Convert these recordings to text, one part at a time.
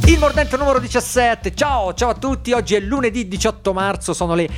Il mordente numero 17, ciao a tutti, oggi è lunedì 18 marzo, sono le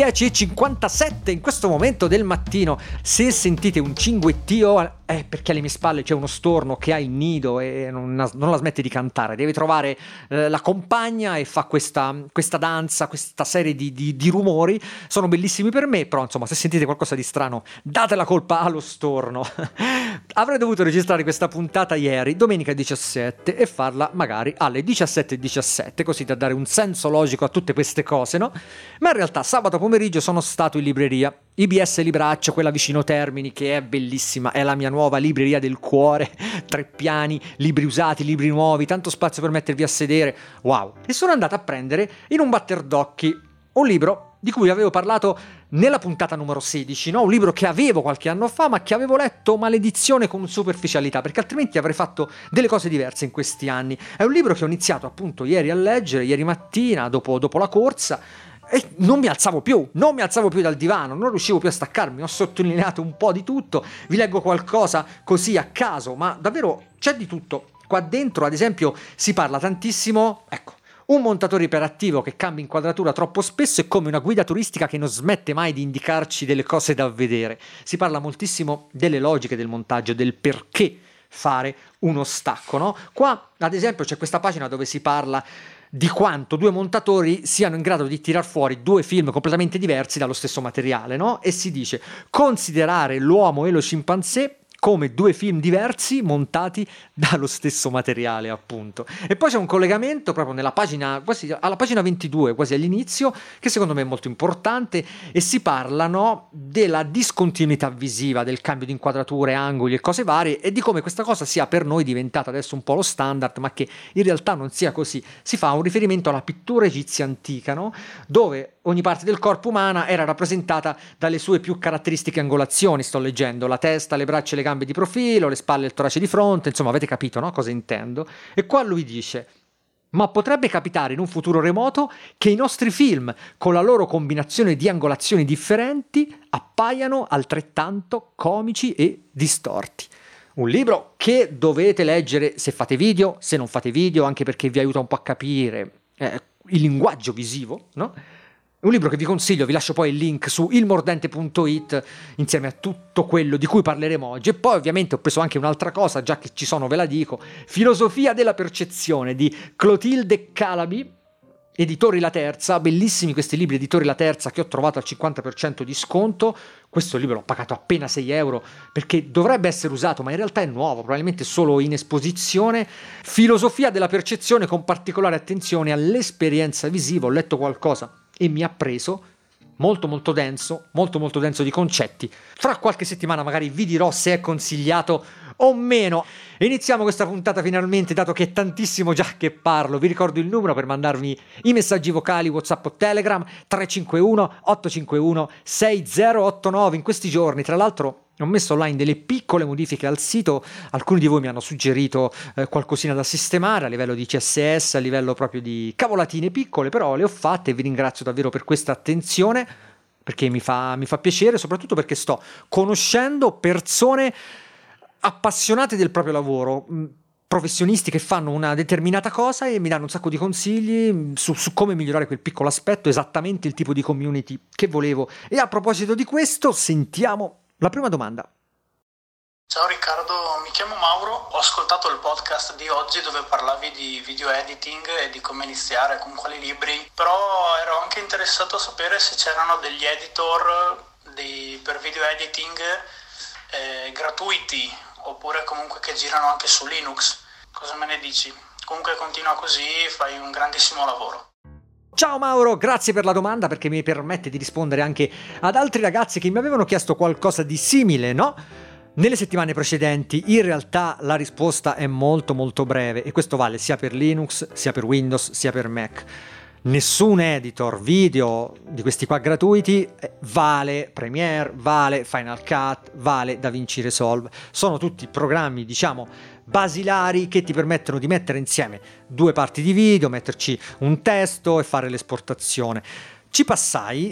10:57 in questo momento del mattino. Se sentite un cinguettio è perché alle mie spalle c'è uno storno che ha il nido e non la smette di cantare, deve trovare la compagna e fa questa danza, questa serie di rumori, sono bellissimi per me, però insomma se sentite qualcosa di strano date la colpa allo storno. Avrei dovuto registrare questa puntata ieri, domenica 17, e farla magari alle 17:17, così da dare un senso logico a tutte queste cose, no? Ma in realtà sabato pomeriggio sono stato in libreria, IBS Libraccio, quella vicino Termini, che è bellissima, è la mia nuova libreria del cuore, 3 piani, libri usati, libri nuovi, tanto spazio per mettervi a sedere, wow! E sono andato a prendere in un batter d'occhi un libro di cui avevo parlato nella puntata numero 16, no? Un libro che avevo qualche anno fa, ma che avevo letto maledizione con superficialità, perché altrimenti avrei fatto delle cose diverse in questi anni. È un libro che ho iniziato appunto ieri a leggere, ieri mattina, dopo la corsa, e non mi alzavo più dal divano, non riuscivo più a staccarmi, ho sottolineato un po' di tutto, vi leggo qualcosa così a caso, ma davvero c'è di tutto. Qua dentro, ad esempio, si parla tantissimo, ecco, un montatore iperattivo che cambia inquadratura troppo spesso è come una guida turistica che non smette mai di indicarci delle cose da vedere. Si parla moltissimo delle logiche del montaggio, del perché fare uno stacco, no? Qua, ad esempio, c'è questa pagina dove si parla di quanto 2 montatori siano in grado di tirar fuori 2 film completamente diversi dallo stesso materiale, no? E si dice considerare l'uomo e lo scimpanzé come 2 film diversi montati dallo stesso materiale, appunto. E poi c'è un collegamento proprio nella pagina, quasi alla pagina 22, quasi all'inizio, che secondo me è molto importante, e si parlano della discontinuità visiva, del cambio di inquadrature, angoli e cose varie, e di come questa cosa sia per noi diventata adesso un po' lo standard, ma che in realtà non sia così. Si fa un riferimento alla pittura egizia antica, no? Dove ogni parte del corpo umana era rappresentata dalle sue più caratteristiche angolazioni, sto leggendo, la testa, le braccia e le gambe di profilo, le spalle e il torace di fronte, insomma avete capito, no? Cosa intendo? E qua lui dice: ma potrebbe capitare in un futuro remoto che i nostri film, con la loro combinazione di angolazioni differenti, appaiano altrettanto comici e distorti. Un libro che dovete leggere se fate video, se non fate video, anche perché vi aiuta un po' a capire il linguaggio visivo, no? Un libro che vi consiglio, vi lascio poi il link su ilmordente.it insieme a tutto quello di cui parleremo oggi. E poi ovviamente ho preso anche un'altra cosa, già che ci sono ve la dico, Filosofia della percezione di Clotilde Calabi, editori La Terza, bellissimi questi libri editori La Terza che ho trovato al 50% di sconto. Questo libro l'ho pagato appena 6 euro perché dovrebbe essere usato, ma in realtà è nuovo, probabilmente solo in esposizione. Filosofia della percezione con particolare attenzione all'esperienza visiva. Ho letto qualcosa e mi ha preso, molto denso di concetti. Fra qualche settimana magari vi dirò se è consigliato o meno. Iniziamo questa puntata finalmente, dato che è tantissimo già che parlo. Vi ricordo il numero per mandarmi i messaggi vocali, WhatsApp o Telegram: 351 851 6089. In questi giorni, tra l'altro, ho messo online delle piccole modifiche al sito. Alcuni di voi mi hanno suggerito qualcosina da sistemare a livello di CSS, a livello proprio di cavolatine piccole, però le ho fatte e vi ringrazio davvero per questa attenzione, perché mi fa piacere, soprattutto perché sto conoscendo persone appassionate del proprio lavoro, professionisti che fanno una determinata cosa e mi danno un sacco di consigli su come migliorare quel piccolo aspetto, esattamente il tipo di community che volevo. E a proposito di questo, sentiamo la prima domanda. Ciao Riccardo, mi chiamo Mauro, ho ascoltato il podcast di oggi dove parlavi di video editing e di come iniziare, con quali libri, però ero anche interessato a sapere se c'erano degli editor per video editing gratuiti, oppure comunque che girano anche su Linux. Cosa me ne dici? Comunque continua così, fai un grandissimo lavoro. Ciao Mauro, grazie per la domanda, perché mi permette di rispondere anche ad altri ragazzi che mi avevano chiesto qualcosa di simile, no? Nelle settimane precedenti. In realtà la risposta è molto breve, e questo vale sia per Linux, sia per Windows, sia per Mac. Nessun editor video di questi qua gratuiti vale Premiere, vale Final Cut, vale DaVinci Resolve. Sono tutti programmi, diciamo, basilari che ti permettono di mettere insieme 2 parti di video, metterci un testo e fare l'esportazione. Ci passai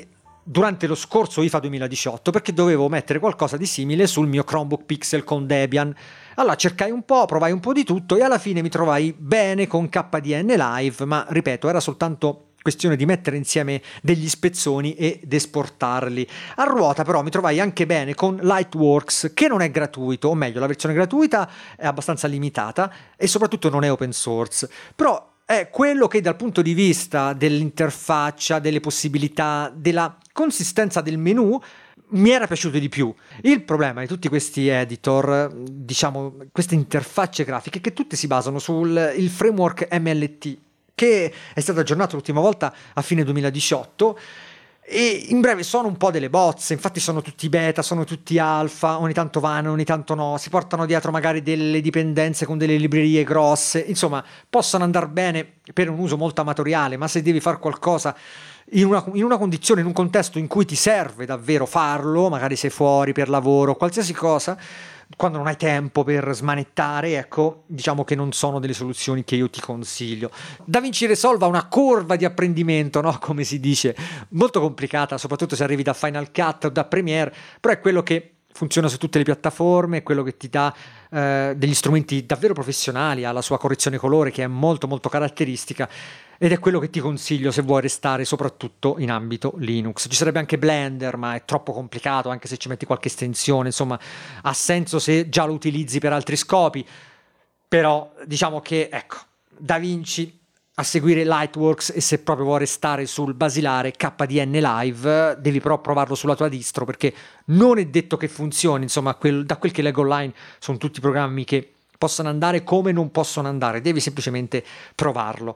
durante lo scorso IFA 2018 perché dovevo mettere qualcosa di simile sul mio Chromebook Pixel con Debian. Allora cercai un po', provai un po' di tutto e alla fine mi trovai bene con KDN Live, ma ripeto, era soltanto questione di mettere insieme degli spezzoni ed esportarli. A ruota però mi trovai anche bene con Lightworks, che non è gratuito, o meglio la versione gratuita è abbastanza limitata e soprattutto non è open source, però è quello che dal punto di vista dell'interfaccia, delle possibilità, della consistenza del menu mi era piaciuto di più. Il problema di tutti questi editor, diciamo queste interfacce grafiche, è che tutte si basano sul framework MLT, che è stato aggiornato l'ultima volta a fine 2018 e in breve sono un po' delle bozze, infatti sono tutti beta, sono tutti alfa, ogni tanto vanno, ogni tanto no, si portano dietro magari delle dipendenze con delle librerie grosse, insomma possono andare bene per un uso molto amatoriale, ma se devi fare qualcosa in una condizione, in un contesto in cui ti serve davvero farlo, magari sei fuori per lavoro, qualsiasi cosa, quando non hai tempo per smanettare, ecco, diciamo che non sono delle soluzioni che io ti consiglio. DaVinci Resolve ha una curva di apprendimento, no? Come si dice, molto complicata, soprattutto se arrivi da Final Cut o da Premiere, però è quello che funziona su tutte le piattaforme, è quello che ti dà degli strumenti davvero professionali, ha la sua correzione colore che è molto molto caratteristica ed è quello che ti consiglio se vuoi restare soprattutto in ambito Linux. Ci sarebbe anche Blender, ma è troppo complicato anche se ci metti qualche estensione, insomma ha senso se già lo utilizzi per altri scopi, però diciamo che ecco, DaVinci a seguire Lightworks e se proprio vuoi restare sul basilare KDN Live devi però provarlo sulla tua distro perché non è detto che funzioni, insomma da quel che leggo online sono tutti programmi che possono andare come non possono andare, devi semplicemente provarlo.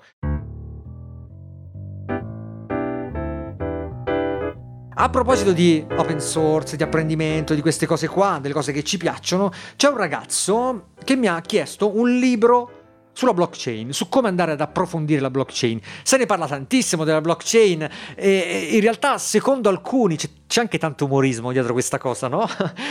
A proposito di open source, di apprendimento, di queste cose qua, delle cose che ci piacciono, c'è un ragazzo che mi ha chiesto un libro sulla blockchain, su come andare ad approfondire la blockchain. Se ne parla tantissimo della blockchain e in realtà secondo alcuni c'è anche tanto umorismo dietro questa cosa, no?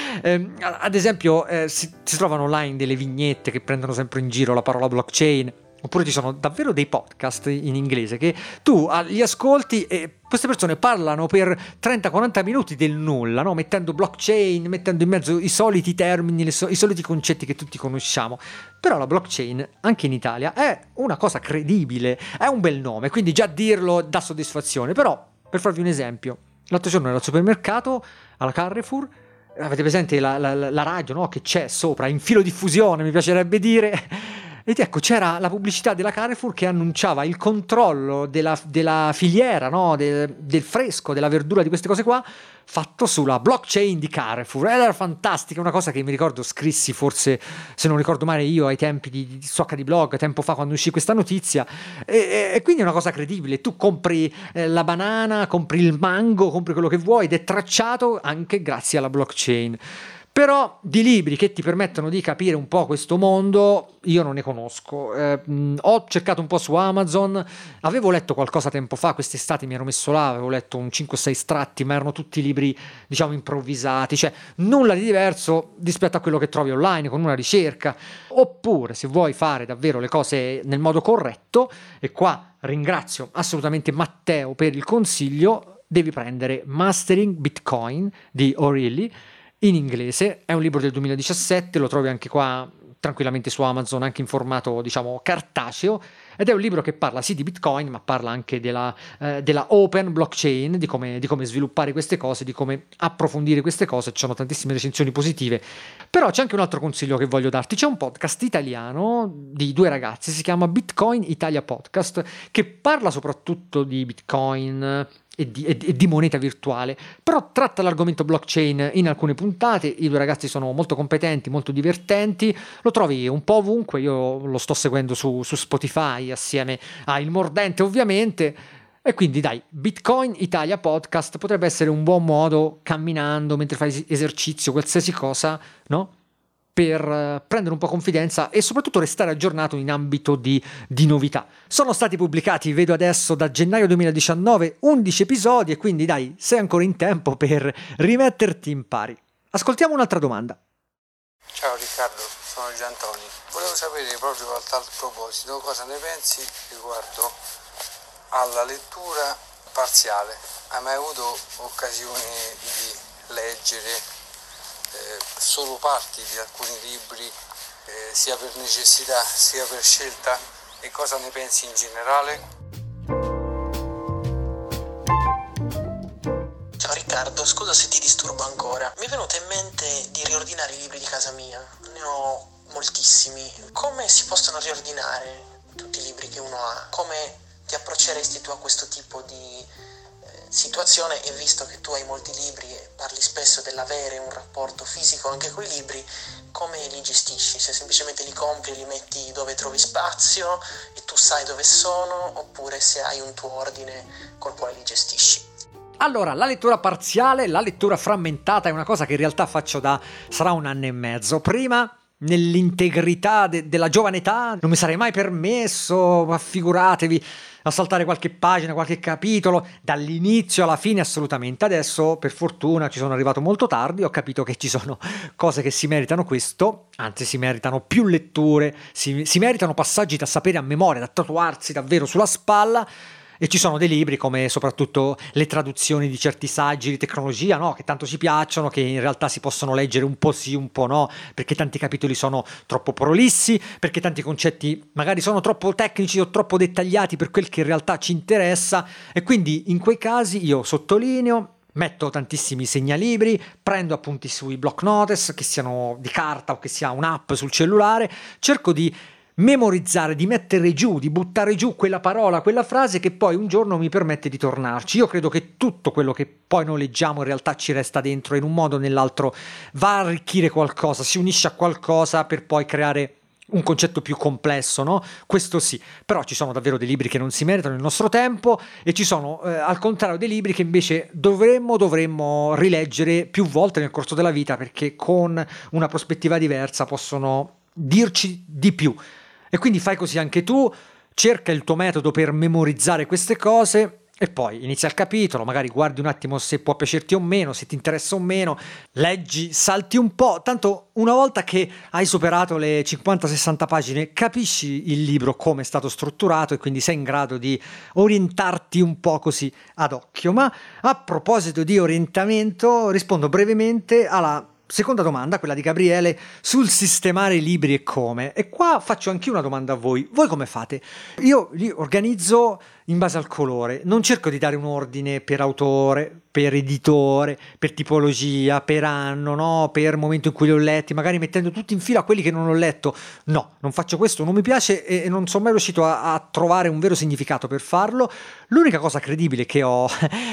Ad esempio si trovano online delle vignette che prendono sempre in giro la parola blockchain, oppure ci sono davvero dei podcast in inglese che tu li ascolti e queste persone parlano per 30-40 minuti del nulla, no? Mettendo blockchain, mettendo in mezzo i soliti termini, i soliti concetti che tutti conosciamo. Però la blockchain, anche in Italia, è una cosa credibile, è un bel nome, quindi già dirlo dà soddisfazione. Però, per farvi un esempio, l'altro giorno ero al supermercato, alla Carrefour, avete presente la radio, no? Che c'è sopra, in filo diffusione, mi piacerebbe dire. Ed ecco, c'era la pubblicità della Carrefour che annunciava il controllo della filiera, no? del fresco, della verdura, di queste cose qua, fatto sulla blockchain di Carrefour. Ed era fantastica, una cosa che mi ricordo scrissi forse, se non ricordo male, io ai tempi di Socca di Blog, tempo fa quando uscì questa notizia. E quindi è una cosa credibile. Tu compri la banana, compri il mango, compri quello che vuoi ed è tracciato anche grazie alla blockchain. Però di libri che ti permettono di capire un po' questo mondo io non ne conosco. Ho cercato un po' su Amazon, avevo letto qualcosa tempo fa, quest'estate mi ero messo là, avevo letto un 5-6 estratti, ma erano tutti libri diciamo improvvisati, cioè nulla di diverso rispetto a quello che trovi online con una ricerca. Oppure se vuoi fare davvero le cose nel modo corretto, e qua ringrazio assolutamente Matteo per il consiglio, devi prendere Mastering Bitcoin di O'Reilly. In inglese, è un libro del 2017, lo trovi anche qua tranquillamente su Amazon, anche in formato diciamo cartaceo, ed è un libro che parla sì di Bitcoin, ma parla anche della open blockchain, di come sviluppare queste cose, di come approfondire queste cose. Ci sono tantissime recensioni positive, però c'è anche un altro consiglio che voglio darti. C'è un podcast italiano di due ragazzi, si chiama Bitcoin Italia Podcast, che parla soprattutto di Bitcoin e di moneta virtuale, però tratta l'argomento blockchain in alcune puntate. I due ragazzi sono molto competenti, molto divertenti, lo trovi un po' ovunque, io lo sto seguendo su Spotify assieme a Il Mordente ovviamente, e quindi dai, Bitcoin Italia Podcast potrebbe essere un buon modo, camminando, mentre fai esercizio, qualsiasi cosa, no? Per prendere un po' confidenza e soprattutto restare aggiornato in ambito di novità. Sono stati pubblicati, vedo adesso, da gennaio 2019 11 episodi e quindi dai, sei ancora in tempo per rimetterti in pari. Ascoltiamo un'altra domanda. Ciao Riccardo, sono Giantoni. Volevo sapere proprio a tal proposito cosa ne pensi riguardo alla lettura parziale, Hai mai avuto occasione di leggere solo parti di alcuni libri, sia per necessità sia per scelta, e cosa ne pensi in generale? Ciao Riccardo, scusa se ti disturbo ancora. Mi è venuto in mente di riordinare i libri di casa mia. Ne ho moltissimi. Come si possono riordinare tutti i libri che uno ha? Come ti approcceresti tu a questo tipo di situazione? E visto che tu hai molti libri e parli spesso dell'avere un rapporto fisico anche con i libri, come li gestisci? Se semplicemente li compri e li metti dove trovi spazio e tu sai dove sono, oppure se hai un tuo ordine col quale li gestisci? Allora, la lettura parziale, la lettura frammentata è una cosa che in realtà faccio sarà 1 anno e mezzo. Prima, nell'integrità della giovane età, non mi sarei mai permesso, ma figuratevi, a saltare qualche pagina, qualche capitolo, dall'inizio alla fine assolutamente. Adesso, per fortuna, ci sono arrivato molto tardi, ho capito che ci sono cose che si meritano questo, anzi si meritano più letture, si meritano passaggi da sapere a memoria, da tatuarsi davvero sulla spalla. E ci sono dei libri come soprattutto le traduzioni di certi saggi di tecnologia, no? Che tanto ci piacciono, che in realtà si possono leggere un po' sì, un po' no, perché tanti capitoli sono troppo prolissi, perché tanti concetti magari sono troppo tecnici o troppo dettagliati per quel che in realtà ci interessa, e quindi in quei casi io sottolineo, metto tantissimi segnalibri, prendo appunti sui block notice, che siano di carta o che sia un'app sul cellulare, cerco di memorizzare, di mettere giù, di buttare giù quella parola, quella frase che poi un giorno mi permette di tornarci. Io credo che tutto quello che poi noi leggiamo in realtà ci resta dentro, in un modo o nell'altro va a arricchire qualcosa, si unisce a qualcosa per poi creare un concetto più complesso, no? Questo sì, però ci sono davvero dei libri che non si meritano il nostro tempo, e ci sono al contrario dei libri che invece dovremmo rileggere più volte nel corso della vita, perché con una prospettiva diversa possono dirci di più. E quindi fai così anche tu, cerca il tuo metodo per memorizzare queste cose e poi inizia il capitolo, magari guardi un attimo se può piacerti o meno, se ti interessa o meno, leggi, salti un po', tanto una volta che hai superato le 50-60 pagine capisci il libro come è stato strutturato e quindi sei in grado di orientarti un po' così ad occhio. Ma a proposito di orientamento, rispondo brevemente alla seconda domanda, quella di Gabriele, sul sistemare i libri e come. E qua faccio anche una domanda a voi. Voi come fate? Io li organizzo in base al colore, non cerco di dare un ordine per autore, per editore, per tipologia, per anno, no? Per momento in cui li ho letti, magari mettendo tutti in fila quelli che non ho letto. No, non faccio questo, non mi piace e non sono mai riuscito a trovare un vero significato per farlo. L'unica cosa credibile che ho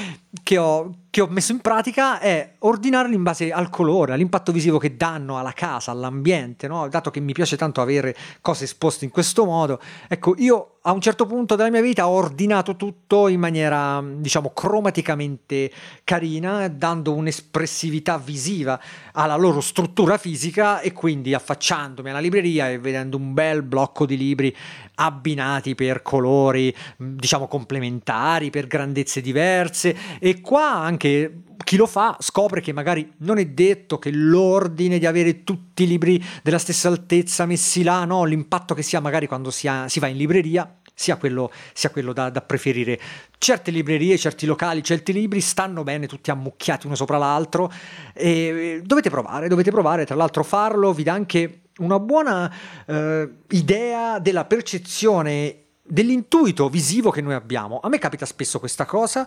messo in pratica è ordinarli in base al colore, all'impatto visivo che danno alla casa, all'ambiente, no? Dato che mi piace tanto avere cose esposte in questo modo, ecco, io a un certo punto della mia vita ho ordinato tutto in maniera, diciamo, cromaticamente carina, dando un'espressività visiva alla loro struttura fisica, e quindi affacciandomi alla libreria e vedendo un bel blocco di libri abbinati per colori, diciamo, complementari, per grandezze diverse. E qua anche chi lo fa scopre che magari non è detto che l'ordine di avere tutti i libri della stessa altezza messi là, no, l'impatto che si ha magari quando si va in libreria sia quello da preferire. Certe librerie, certi locali, certi libri stanno bene tutti ammucchiati uno sopra l'altro, e dovete provare. Tra l'altro farlo vi dà anche una buona idea della percezione, dell'intuito visivo che noi abbiamo. A me capita spesso questa cosa.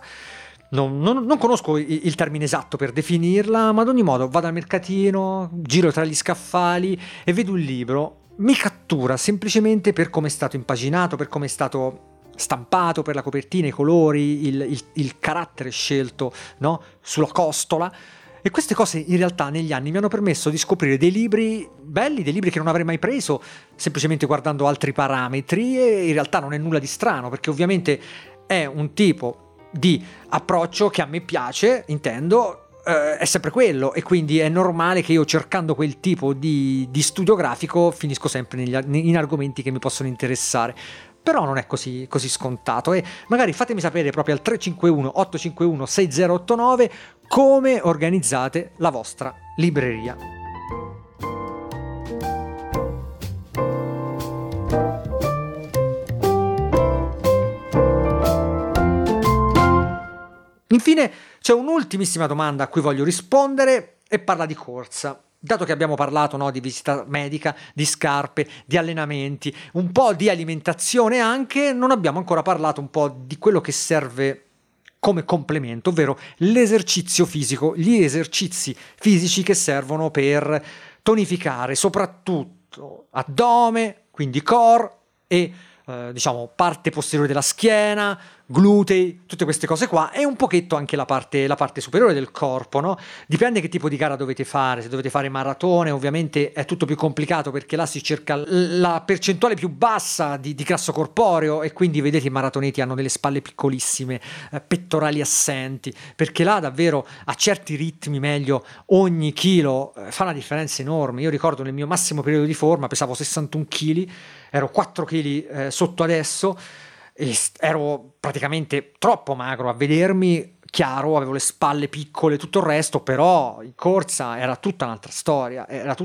Non conosco il termine esatto per definirla, ma ad ogni modo vado al mercatino, giro tra gli scaffali e vedo un libro, mi cattura semplicemente per come è stato impaginato, per come è stato stampato, per la copertina, i colori, il carattere scelto, no? Sulla costola. E queste cose in realtà negli anni mi hanno permesso di scoprire dei libri belli, dei libri che non avrei mai preso semplicemente guardando altri parametri, e in realtà non è nulla di strano, perché ovviamente è un tipo di approccio che a me piace, intendo, è sempre quello, e quindi è normale che io, cercando quel tipo di studio grafico, finisco sempre in argomenti che mi possono interessare. Però non è così scontato, e magari fatemi sapere proprio al 351 851 6089 come organizzate la vostra libreria. Infine c'è un'ultimissima domanda a cui voglio rispondere e parla di corsa. Dato che abbiamo parlato, no, di visita medica, di scarpe, di allenamenti, un po' di alimentazione anche, non abbiamo ancora parlato un po' di quello che serve come complemento, ovvero l'esercizio fisico, gli esercizi fisici che servono per tonificare soprattutto addome, quindi core e parte posteriore della schiena, glutei, tutte queste cose qua, e un pochetto anche la parte superiore del corpo, no? Dipende che tipo di gara dovete fare. Se dovete fare maratone, ovviamente è tutto più complicato, perché là si cerca la percentuale più bassa di grasso corporeo, e quindi vedete i maratoneti hanno delle spalle piccolissime, pettorali assenti, perché là davvero a certi ritmi meglio ogni chilo fa una differenza enorme. Io ricordo nel mio massimo periodo di forma pesavo 61 kg, ero 4 kg sotto adesso, e ero praticamente troppo magro a vedermi, chiaro, avevo le spalle piccole, tutto il resto, però in corsa era tutta un'altra storia,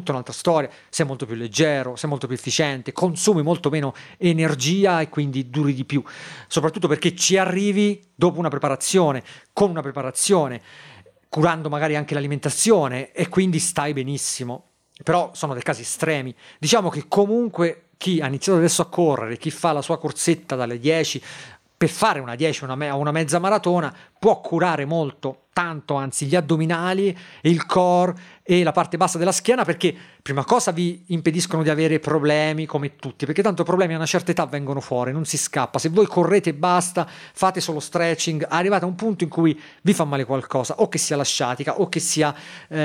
sei molto più leggero, sei molto più efficiente, consumi molto meno energia e quindi duri di più, soprattutto perché ci arrivi dopo una preparazione, con una preparazione, curando magari anche l'alimentazione, e quindi stai benissimo. Però sono dei casi estremi. Diciamo che comunque chi ha iniziato adesso a correre, chi fa la sua corsetta dalle 10 per fare una 10 o una mezza maratona, può curare molto, tanto anzi, gli addominali, il core e la parte bassa della schiena, perché prima cosa vi impediscono di avere problemi come tutti, perché tanto problemi a una certa età vengono fuori, non si scappa. Se voi correte e basta, fate solo stretching, arrivate a un punto in cui vi fa male qualcosa, o che sia la sciatica o che sia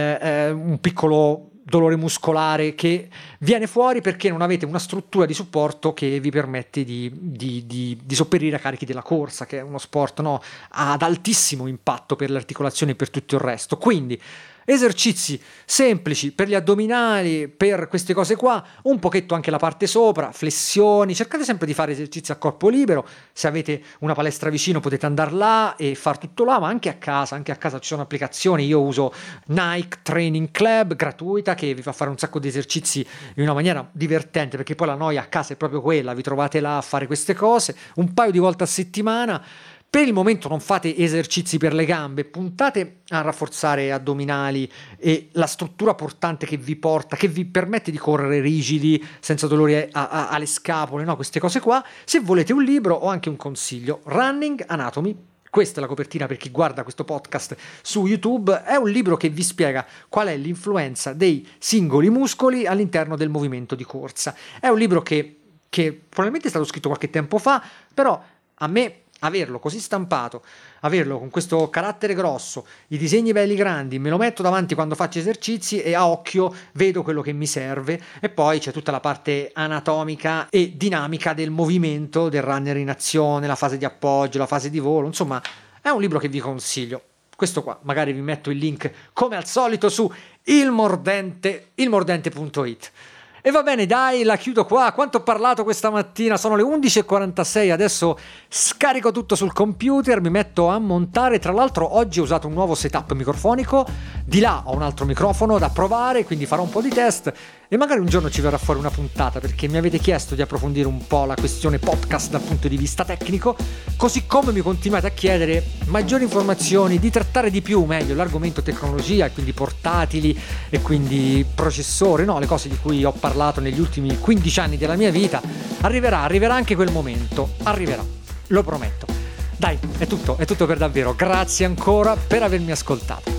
un piccolo dolore muscolare che viene fuori perché non avete una struttura di supporto che vi permette di sopperire a carichi della corsa, che è uno sport, no, ad altissimo impatto per le articolazioni e per tutto il resto. Quindi esercizi semplici per gli addominali, per queste cose qua, un pochetto anche la parte sopra, flessioni, cercate sempre di fare esercizi a corpo libero. Se avete una palestra vicino potete andare là e far tutto là, ma anche a casa ci sono applicazioni. Io uso Nike Training Club, gratuita, che vi fa fare un sacco di esercizi in una maniera divertente, perché poi la noia a casa è proprio quella, vi trovate là a fare queste cose un paio di volte a settimana. Per il momento non fate esercizi per le gambe, puntate a rafforzare addominali e la struttura portante che vi permette di correre rigidi, senza dolori alle scapole, no? Queste cose qua. Se volete un libro ho anche un consiglio: Running Anatomy. Questa è la copertina per chi guarda questo podcast su YouTube. È un libro che vi spiega qual è l'influenza dei singoli muscoli all'interno del movimento di corsa. È un libro che probabilmente è stato scritto qualche tempo fa, però a me averlo così stampato, averlo con questo carattere grosso, i disegni belli grandi, me lo metto davanti quando faccio esercizi e a occhio vedo quello che mi serve. E poi c'è tutta la parte anatomica e dinamica del movimento del runner in azione, la fase di appoggio, la fase di volo. Insomma, è un libro che vi consiglio. Questo qua, magari vi metto il link come al solito su ilmordente.it. E va bene, dai, la chiudo qua. Quanto ho parlato questa mattina? Sono le 11:46, adesso scarico tutto sul computer, mi metto a montare. Tra l'altro oggi ho usato un nuovo setup microfonico, di là ho un altro microfono da provare, quindi farò un po' di test e magari un giorno ci verrà fuori una puntata, perché mi avete chiesto di approfondire un po' la questione podcast dal punto di vista tecnico, così come mi continuate a chiedere maggiori informazioni, di trattare di più, meglio, l'argomento tecnologia, e quindi portatili e quindi processori, no, le cose di cui ho parlato negli ultimi 15 anni della mia vita. Arriverà anche quel momento, arriverà, lo prometto. Dai, è tutto per davvero. Grazie ancora per avermi ascoltato.